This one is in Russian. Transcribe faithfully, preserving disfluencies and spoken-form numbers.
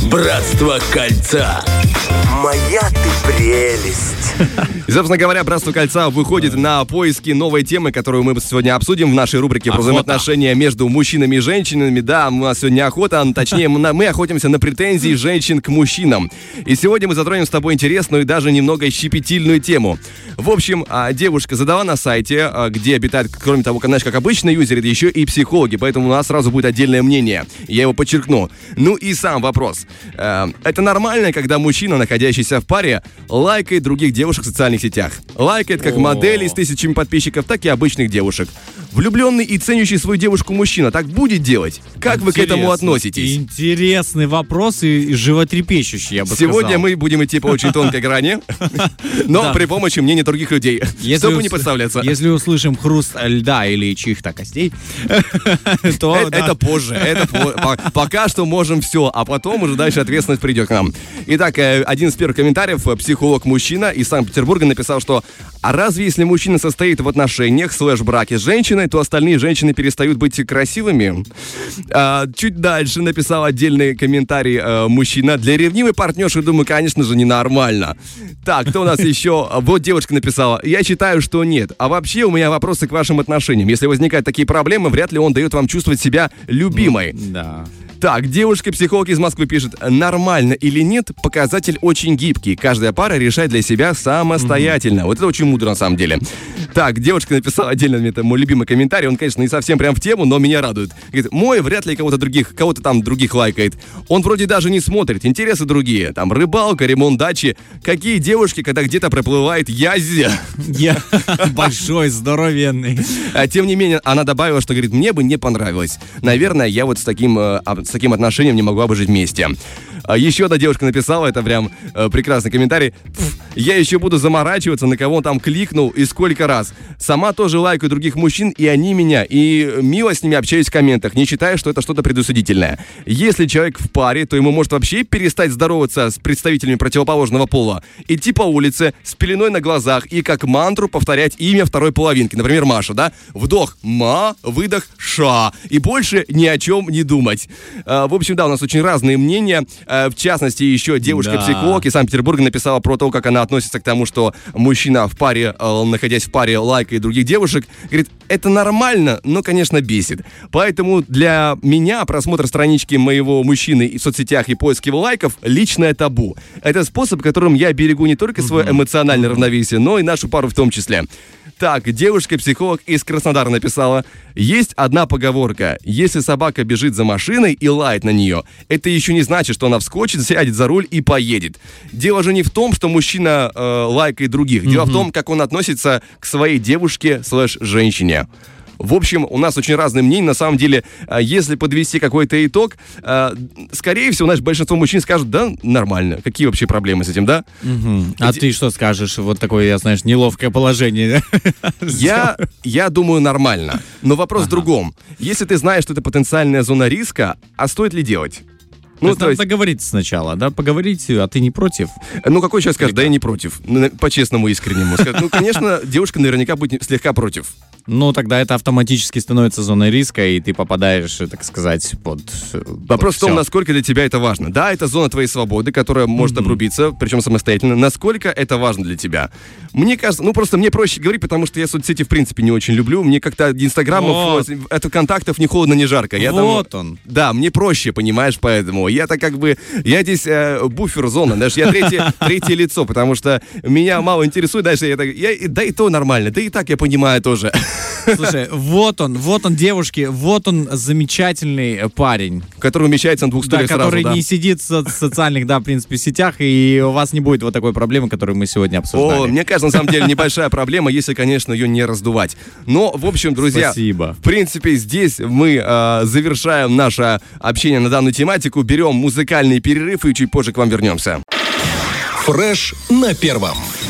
Братство кольца. Моя ты прелесть. И, собственно говоря, «Братство кольца» выходит на поиски новой темы, которую мы сегодня обсудим в нашей рубрике про взаимоотношения между мужчинами и женщинами. Да, у нас сегодня охота, точнее, мы охотимся на претензии женщин к мужчинам. И сегодня мы затронем с тобой интересную и даже немного щепетильную тему. В общем, девушка задала на сайте, где обитают, кроме того, знаешь, как обычные юзеры, еще и психологи, поэтому у нас сразу будет отдельное мнение. Я его подчеркну. Ну и сам вопрос. Это нормально, когда мужчина, находящийся в паре, лайкает других девушек в социальных сетях? Лайкает как моделей с тысячами подписчиков, так и обычных девушек. Влюбленный и ценящий свою девушку мужчина так будет делать? Как Интересно. Вы к этому относитесь? Интересный вопрос и животрепещущий, я бы сказал. Сегодня мы будем идти по очень тонкой грани, но при помощи мнения других людей, чтобы не подставляться. Если услышим хруст льда или чьих-то костей, то... Это позже. Пока что можем все, а потом уже дальше ответственность придет к нам. Итак, один из первых комментариев, психолог-мужчина из Санкт-Петербурга написал, что «А разве если мужчина состоит в отношениях, слэш-браке с женщиной, то остальные женщины перестают быть красивыми?» А, чуть дальше написал отдельный комментарий а, мужчина. «Для ревнивой партнерши, думаю, конечно же, ненормально». Так, кто у нас еще? Вот девушка написала: «Я считаю, что нет. А вообще у меня вопросы к вашим отношениям. Если возникают такие проблемы, вряд ли он дает вам чувствовать себя любимой». Ну, да. Так, девушка-психолог из Москвы пишет: «Нормально или нет, показатель очень гибкий. Каждая пара решает для себя самостоятельно». Mm-hmm. Вот это очень мудро на самом деле. Так, девушка написала отдельно, это мой любимый комментарий. Он, конечно, не совсем прям в тему, но меня радует. Говорит: «Мой вряд ли кого-то других, кого-то там других лайкает. Он вроде даже не смотрит, интересы другие. Там рыбалка, ремонт дачи. Какие девушки, когда где-то проплывает язя». Большой, здоровенный. Тем не менее, она добавила, что, говорит, мне бы не понравилось. Наверное, я вот с таким... с таким отношением не могла бы жить вместе. Еще одна девушка написала, это прям э, прекрасный комментарий: «Я еще буду заморачиваться, на кого он там кликнул и сколько раз. Сама тоже лайкаю других мужчин, и они меня, и мило с ними общаюсь в комментах, не считая, что это что-то предусудительное. Если человек в паре, то ему может вообще перестать здороваться с представителями противоположного пола, идти по улице с пеленой на глазах и как мантру повторять имя второй половинки. Например, Маша, да? Вдох ма, выдох ша. И больше ни о чем не думать». А, в общем, да, у нас очень разные мнения. В частности, еще девушка-психолог из Санкт-Петербурга написала про то, как она относится к тому, что мужчина в паре, находясь в паре, лайкает других девушек. Говорит, это нормально, но, конечно, бесит. Поэтому для меня просмотр странички моего мужчины в соцсетях и поиск его лайков — личное табу. Это способ, которым я берегу не только свое эмоциональное равновесие, но и нашу пару в том числе. Так, девушка-психолог из Краснодара написала: «Есть одна поговорка. Если собака бежит за машиной и лает на нее, это еще не значит, что она вскочит, сядет за руль и поедет. Дело же не в том, что мужчина э, лайкает других. Дело mm-hmm. в том, как он относится к своей девушке слэш-женщине». В общем, у нас очень разные мнения. На самом деле, если подвести какой-то итог, скорее всего, знаешь, большинство мужчин скажут: да, нормально. Какие вообще проблемы с этим, да? Угу. А Д... ты что скажешь? Вот такое, я, знаешь, неловкое положение. Я, я думаю, нормально. Но вопрос ага. в другом. Если ты знаешь, что это потенциальная зона риска, а стоит ли делать? Ну, то есть, то есть... надо договориться сначала, да? Поговорить, а ты не против? Ну, какой человек скажет: да, я не против. По-честному, искреннему. Ну, конечно, девушка наверняка будет слегка против. Ну, тогда это автоматически становится зоной риска, и ты попадаешь, так сказать, под... Вопрос под в том, все. насколько для тебя это важно. Да, это зона твоей свободы, которая может mm-hmm. обрубиться, причем самостоятельно. Насколько это важно для тебя? Мне кажется, ну, просто мне проще говорить, потому что я соцсети, в принципе, не очень люблю. Мне как-то инстаграмов, вот. это контактов ни холодно, ни жарко. Я вот там, он. Да, мне проще, понимаешь, поэтому. Я-то как бы... Я здесь э, буфер-зона, знаешь, я третье, третье лицо, потому что меня мало интересует. Дальше я так... Я, да и то нормально, да и так я понимаю тоже. Слушай, вот он, вот он, девушки, вот он замечательный парень. Который умещается на двух стульях да, сразу, который да. не сидит в социальных, да, в принципе, сетях, и у вас не будет вот такой проблемы, которую мы сегодня обсуждали. О, мне кажется, на самом деле, небольшая проблема, если, конечно, ее не раздувать. Но, в общем, друзья, Спасибо. В принципе, здесь мы э, завершаем наше общение на данную тематику, берем музыкальный перерыв и чуть позже к вам вернемся. Фреш на первом.